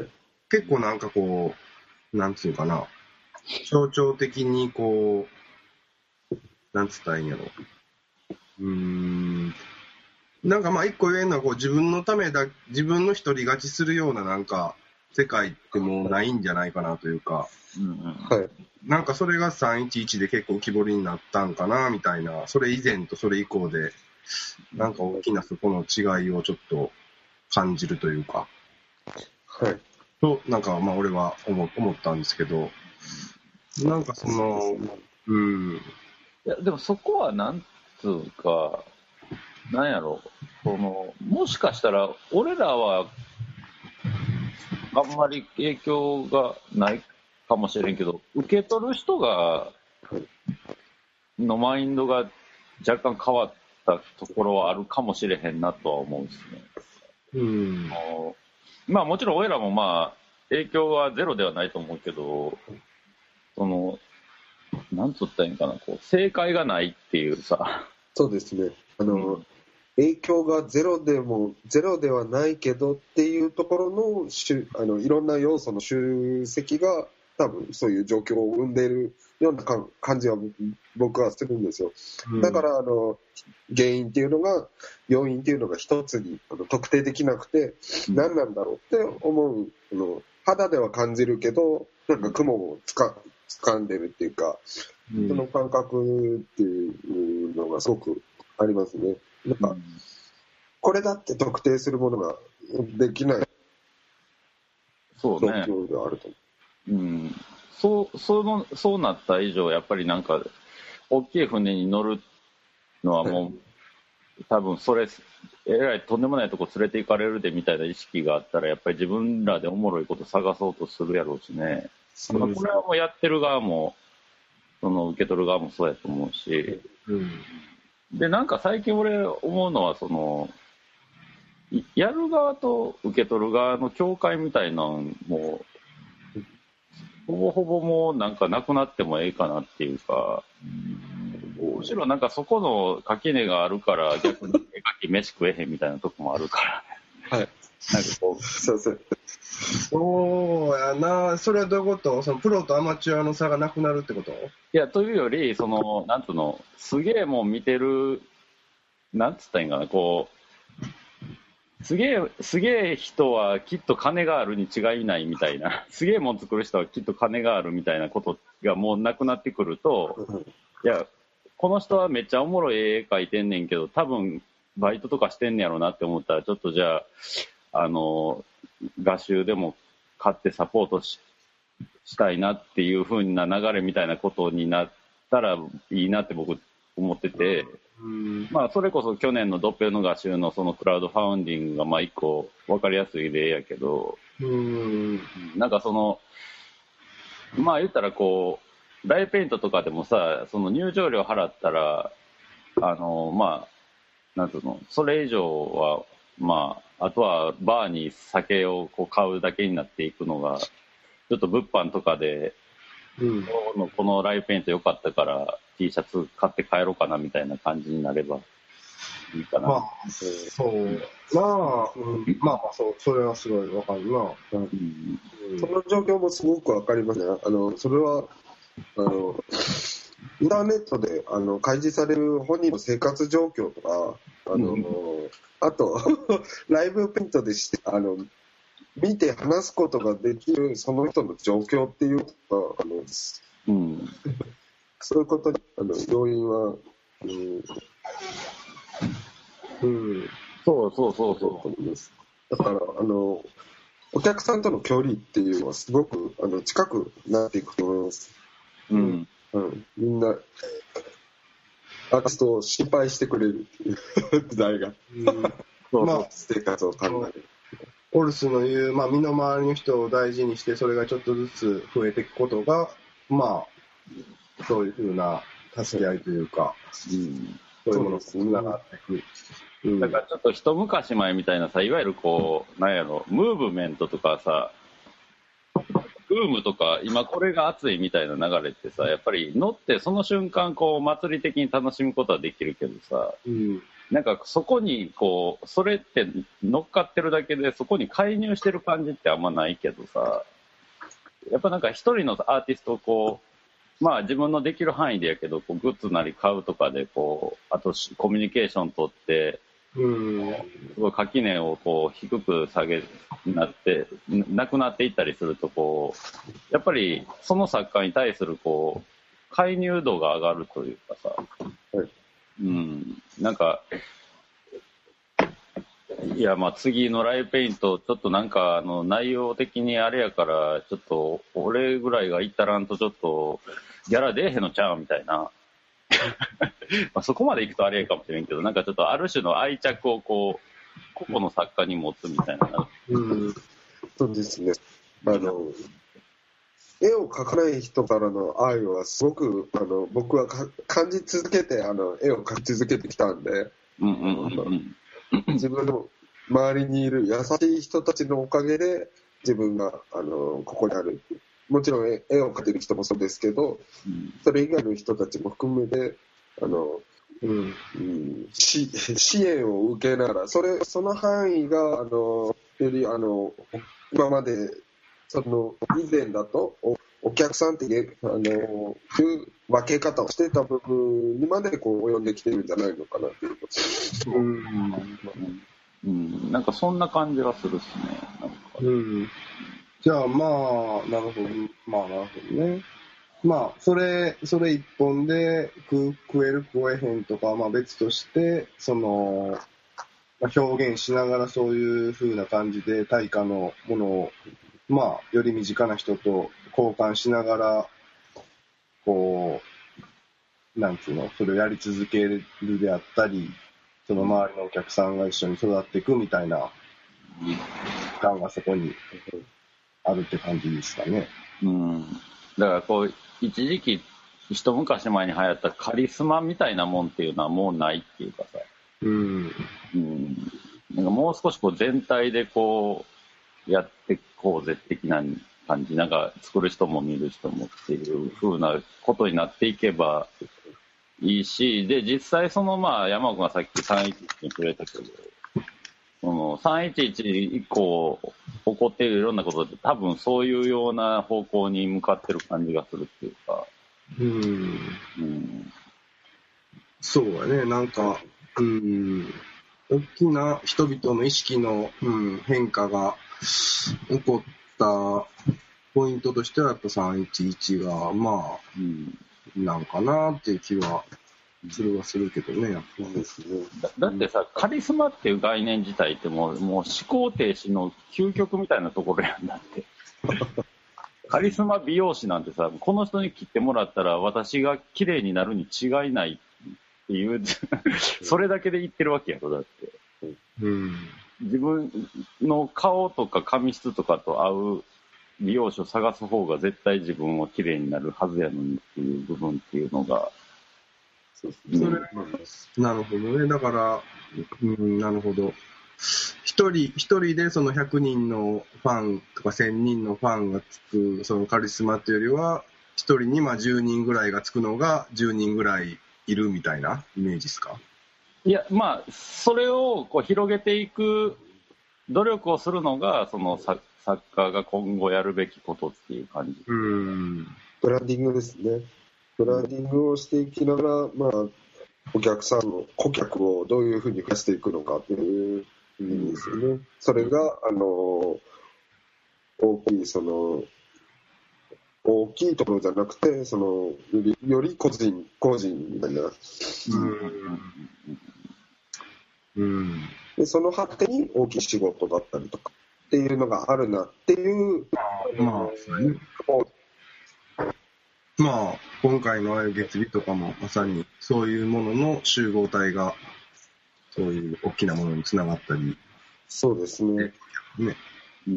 結構なんかこうなんつうかな象徴的にこうなんつったらいいんやろうーんなんかまあ一個言えるのはこう自分のためだ自分の一人勝ちするようななんか世界ってもうないんじゃないかなというか、うんうんはい、なんかそれがさんいちいちで結構浮き彫りになったんかなみたいなそれ以前とそれ以降でなんか大きなそこの違いをちょっと感じるというか、はい、となんかまあ俺は思思ったんですけどなんかそのうんいやでもそこはなんつうかなんやろそのもしかしたら俺らはあんまり影響がないかもしれんけど受け取る人がのマインドが若干変わったところはあるかもしれへんなとは思うんですね。うんまあもちろん俺らもまあ影響はゼロではないと思うけどそのなんつったらいいんかなこう正解がないっていうさそうですねあの、うん影響がゼロでもゼロではないけどっていうところのあのいろんな要素の集積が多分そういう状況を生んでいるような感じは僕はするんですよ。だからあの原因っていうのが要因っていうのが一つにあの特定できなくて何なんだろうって思うあの肌では感じるけどなんか雲をつか掴んでるっていうか、うん、その感覚っていうのがすごくありますね。なんか、うん、これだって特定するものができない状況があると思う。 そうね。うん。そう、その、そうなった以上、やっぱりなんか、大きい船に乗るのはもう、はい、多分それ、えらいとんでもないとこ連れて行かれるでみたいな意識があったら、やっぱり自分らでおもろいこと探そうとするやろうしね。まあ、これはもうやってる側も、その受け取る側もそうやと思うし、うんでなんか最近俺思うのはそのやる側と受け取る側の境界みたいなのもほぼほぼもうなんかなくなってもええかなっていうかむしろなんかそこの垣根があるから逆に絵描き飯食えへんみたいなとこもあるからはいなんかこうそうそうそうやなそれはどういうことそのプロとアマチュアの差がなくなるってこといやというよりそのなんつうのすげえもん見てるなんつったらいいんかなこうすげえすげえ人はきっと金があるに違いないみたいなすげえもん作る人はきっと金があるみたいなことがもうなくなってくるといやこの人はめっちゃおもろい絵描いてんねんけど多分バイトとかしてんねやろなって思ったらちょっとじゃああの画集でも買ってサポート し, したいなっていう風な流れみたいなことになったらいいなって僕思ってて、うん、まあ、それこそ去年のドッペルの画集のそのクラウドファウンディングがまあ一個分かりやすい例やけど、うん、なんかそのまあ言ったらこうライペイントとかでもさ、その入場料払ったらあのまあなんていうの、それ以上はまああとはバーに酒をこう買うだけになっていくのが、ちょっと物販とかで、うん、このこのライペイント良かったから T シャツ買って帰ろうかなみたいな感じになればいいかな。 まあ、そうまあ、うん、まあまあそう、それはすごいわかるな、うんうん、その状況もすごくわかりますね。あのそれはあのインターネットであの開示される本人の生活状況とか、あの、うん、あとライブペイントでしてあの見て話すことができるその人の状況っていうのがあの、うん、そういうことにあの要因は、うんうん、そうそうそうそうです。 だからあのお客さんとの距離っていうのはすごくあの近くなっていくと思います。うんうん、みんなアーティストを心配してくれるっていう時代が、うん、まあ生活を考える。 オルスの言う、まあ、身の回りの人を大事にしてそれがちょっとずつ増えていくことが、まあそういうふうな助け合いというか、うん、そういうものにつながっていく。 うん、だからちょっと一昔前みたいなさ、いわゆるこうなんやろムーブメントとかさ、ブームとか今これが熱いみたいな流れってさ、やっぱり乗ってその瞬間こう祭り的に楽しむことはできるけどさ、うん、なんかそこにこうそれって乗っかってるだけでそこに介入してる感じってあんまないけどさ、やっぱなんか一人のアーティストをこうまあ自分のできる範囲でやけどこうグッズなり買うとかでこうあとコミュニケーション取ってうんすごい垣根をこう低く下げなってなくなっていったりするとこうやっぱりその作家に対するこう介入度が上がるというかさ、はい、うんなんかいやまあ次のライブペイントちょっとなんかあの内容的にあれやからちょっと俺ぐらいが言ったらんとちょっとギャラ出えへんのちゃうみたいなまあそこまでいくとあれやかもしれんけど、なんかちょっとある種の愛着をこう個々の作家に持つみたいな。 うん、そうですね。あの絵を描かない人からの愛はすごくあの僕はか感じ続けてあの絵を描き続けてきたんで、うんうんうんうん、自分の周りにいる優しい人たちのおかげで自分があのここにある。もちろん絵を描いてる人もそうですけど、うん、それ以外の人たちも含めてあの、うんうん、支援を受けながらそれその範囲があのよりあの今までその以前だと お, お客さんってあのいう分け方をしてた部分にまでこう及んできてるんじゃないのかなという、うんうんうん、なんかそんな感じがするっすね。なんかうんじゃあまあなるほどまあなるほどね。まあそれそれ一本で 食, 食える食えへんとかまあ別としてその、まあ、表現しながらそういう風な感じで対価のものをまあより身近な人と交換しながらこうなんつうのそれをやり続けるであったりその周りのお客さんが一緒に育っていくみたいな時間がそこにあるって感じですかね。 うん。だからこう一時期一昔前に流行ったカリスマみたいなもんっていうのはもうないっていうかさ。うん。うん。なんかもう少しこう全体でこうやっていこうぜ的な感じ、なんか作る人も見る人もっていう風なことになっていけばいいし、で実際そのまあ山岡がさっきさんいちいちに触れたけど。そのさんいちいち以降起こっているいろんなことって多分そういうような方向に向かってる感じがするっていうかうん、 うん、そうだねなんかうん大きな人々の意識の、うん、変化が起こったポイントとしてはやっぱさんいちいちがまあ、うん、なんかなっていう気はそれはするけどね、やっぱりですね。 だ, だってさ、カリスマっていう概念自体ってもう、もう思考停止の究極みたいなところやんだって。カリスマ美容師なんてさ、この人に切ってもらったら私が綺麗になるに違いないっっていうそれだけで言ってるわけやろだって、 うん、 自分の顔とか髪質とかと合う美容師を探す方が絶対自分は綺麗になるはずやのにっていう部分っていうのが、 そうそれ、うん、なるほどね。だから、うん、なるほど。一人一人でそのひゃくにんのファンとかせんにんのファンがつくそのカリスマというよりは、一人にまあじゅうにんぐらいがつくのがじゅうにんぐらいいるみたいなイメージですか？ いや、まあそれをこう広げていく努力をするのがその作作家が今後やるべきことっていう感じ。 うん。 ブランディングですね。ブランディングをしていきながら、まあ、お客さんの顧客をどういうふうに増やしていくのかっていう意味ですよね。それが、あの、大きい、その、大きいところじゃなくて、その、より、より個人、個人みたいな。 うん。うん。 で、その果てに大きい仕事だったりとかっていうのがあるなっていう。 まあ、そうね。まあ、今回のああいう月日とかもまさにそういうものの集合体がそういう大きなものにつながったり。 そうですね。ね。 うんうんうん。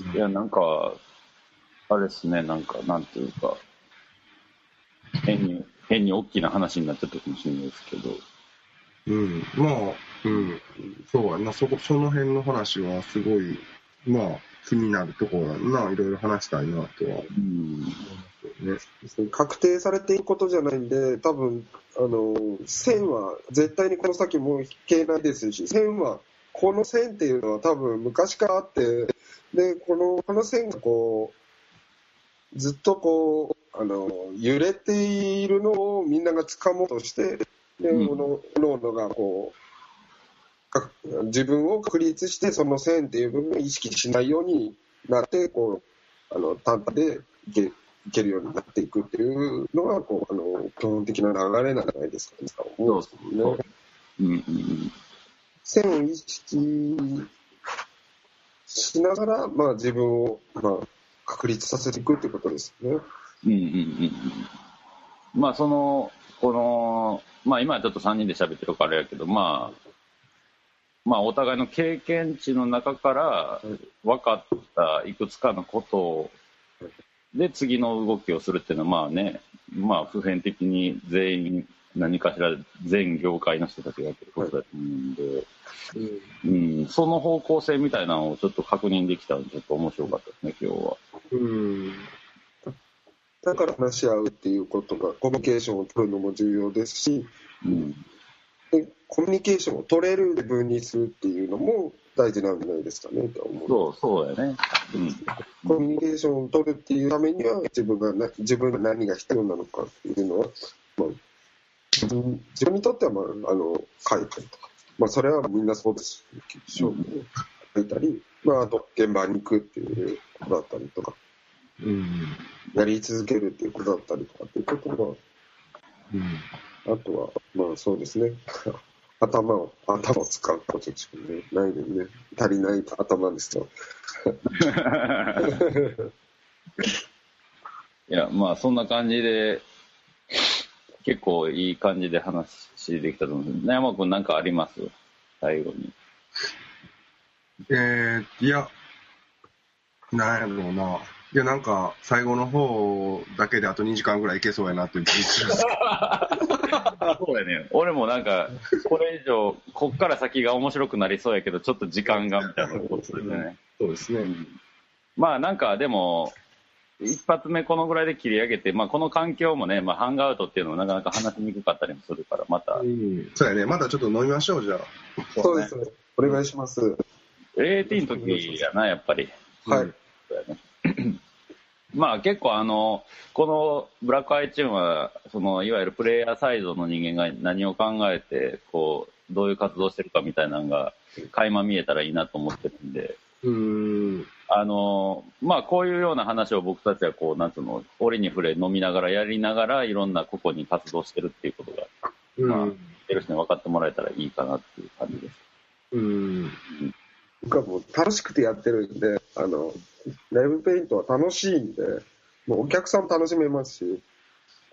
いや、なんか、あれですね、なんか、なんていうか、変に、変に大きな話になっちゃったかもしれないですけど。 うん、まあ、うん、そうやな、そこ、その辺の話はすごい、まあ、気になるところだな、いろいろ話したいなとは、うん、ね。 確定されていることじゃないんで、多分あの線は絶対にこの先も引けないですし、線はこの線っていうのは多分昔からあって、でこのこの線がこうずっとこうあの揺れているのをみんなが掴もうとして、で、うん、この脳がこう自分を確立してその線っていう部分を意識しないようになってこうあの淡々でいけいけるようになっていくっていうのがこうあの基本的な流れなんじゃないですかね。 そうですね。うんうん、 線を意識しながら、まあ、自分を、まあ、確立させていくっていうことですね。うんうんうん。 まあそのこのまあ今はちょっとさんにんで喋ってるからあれやけど、まあまあお互いの経験値の中から分かったいくつかのことで次の動きをするっていうのはまあね、まあ普遍的に全員何かしら全業界の人たちがやってることだと思うんで、うんうん、その方向性みたいなのをちょっと確認できたのでちょっと面白かったですね今日は。 うんだから話し合うっていうことがコミュニケーションを取るのも重要ですし、うん、でコミュニケーションを取れる自分にするっていうのも大事なんじゃないですかねと思う。 そうそうやね、 うん、コミュニケーションを取るっていうためには自分がな自分が何が必要なのかっていうのは、まあ、自分自分にとっては、まあ、あの書いたりとか、まあ、それはみんなそうですし、うん、書いたり、まあ、あと現場に行くっていうことだったりとか。うん、やり続けるっていうことだったりとかっていうことは、うん、あとはまあそうですね頭を頭を使うことしか、ね、ないでね足りない頭ですよいやまあそんな感じで結構いい感じで話できたと思うんですけど、山君何かあります最後に？ えー、いやなんやろうな。いや、なんか、最後の方だけであとにじかんぐらいいけそうやなっていう気がする。 そうやね。俺もなんか、これ以上、こっから先が面白くなりそうやけど、ちょっと時間がみたいなことですよね。 そうですね。 うん、まあなんか、でも、一発目このぐらいで切り上げて、まあこの環境もね、まあハンガーアウトっていうのもなかなか話しにくかったりもするから、また。 うん、そうやね。またちょっと飲みましょう、じゃあ。 そうですね。お願いします。 エーティー の時やな、やっぱり。 はい。 そうやね。まあ結構あのこのブラックアイチューンはそのいわゆるプレイヤーサイドの人間が何を考えてこうどういう活動してるかみたいなのが垣間見えたらいいなと思ってるんで、 うーんあのまあこういうような話を僕たちはこうなんつうの折に触れ飲みながらやりながらいろんな個々に活動してるっていうことが、うんまあ、やる人に分かってもらえたらいいかなっていう感じです。 うん、うん僕はもう楽しくてやってるんで、あのライブペイントは楽しいんで、もうお客さんも楽しめますし、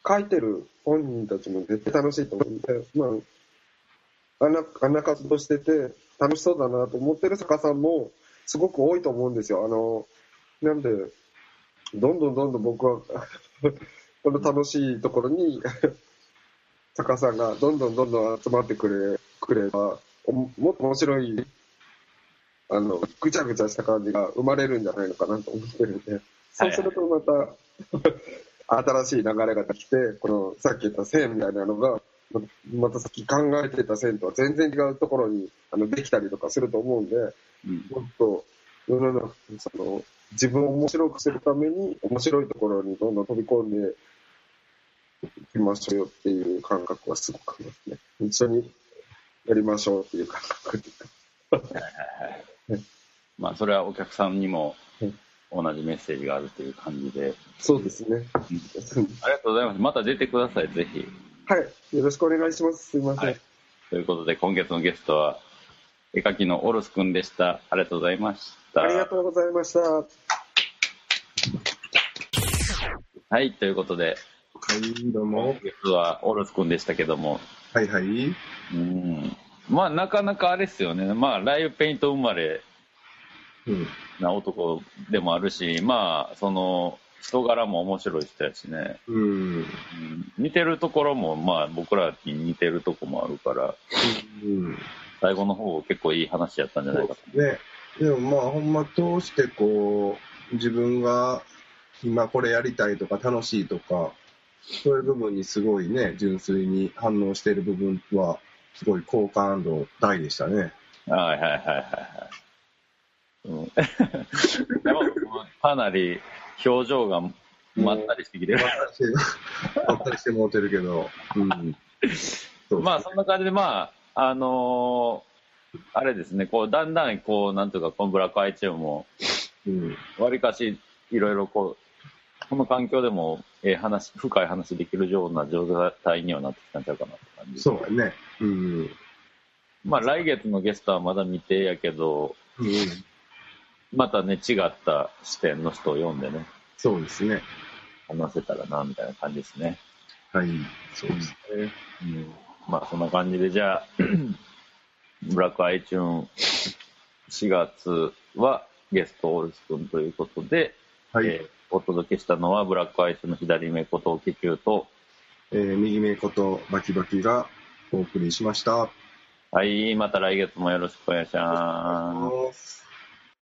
書いてる本人たちも絶対楽しいと思うんで、まあ、あんな、あんな活動してて楽しそうだなと思ってる作家さんもすごく多いと思うんですよ。あの、なんで、どんどんどんどん僕はこの楽しいところに作家さんがどんどんどんどん集まってくれ、くれば、もっと面白い、あの、ぐちゃぐちゃした感じが生まれるんじゃないのかなと思ってるんで、そうするとまた、新しい流れができて、このさっき言った線みたいなのが、またさっき考えてた線とは全然違うところにあのできたりとかすると思うんで、うん、もっと世の中にその自分を面白くするために面白いところにどんどん飛び込んでいきましょうよっていう感覚はすごくありますね。一緒にやりましょうっていう感覚というかまあそれはお客さんにも同じメッセージがあるという感じで。 そうですね。 ありがとうございます。また出てください、ぜひ。 はい、よろしくお願いします。すいません。はい、 ということで今月のゲストは絵描きのオルスくんでした。ありがとうございました。 ありがとうございました。 はい、ということで、 はい、どうも。 今月はオルスくんでしたけども。 はいはい。 うん。まあなかなかあれですよね。まあライブペイント生まれな男でもあるし、うん、まあその人柄も面白い人やしね、 うん、 似てるところもまあ僕らに似てるとこもあるから、うん、最後の方結構いい話やったんじゃないかと。 ね、でもまあほんま通してこう自分が今これやりたいとか楽しいとかそういう部分にすごいね純粋に反応している部分はすごい好感度大でしたね。 はいはいはいはいはい。うん、かなり表情がまったりしてきてる。 まったりしてもうてるけど。うん、 そうまあそんな感じでまああのー、あれですねこうだんだんこうなんとかこのブラックアイチューンもわりかしいろいろこうこの環境でもええ話深い話できるような状態にはなってきたんちゃうかなって感じ。 そうやね。うん。 まあ来月のゲストはまだ未定やけど。うん、またね違った視点の人を読んでねそうですね話せたらなみたいな感じですね。 はいそうですね、 うん、まあそんな感じでじゃあブラックアイチューンしがつはゲストオルス君ということで、はいえー、お届けしたのはブラックアイチューンの左目ことオキキューと、 えー、右目ことバキバキがお送りしました。 はいまた来月もよろしくお願いします。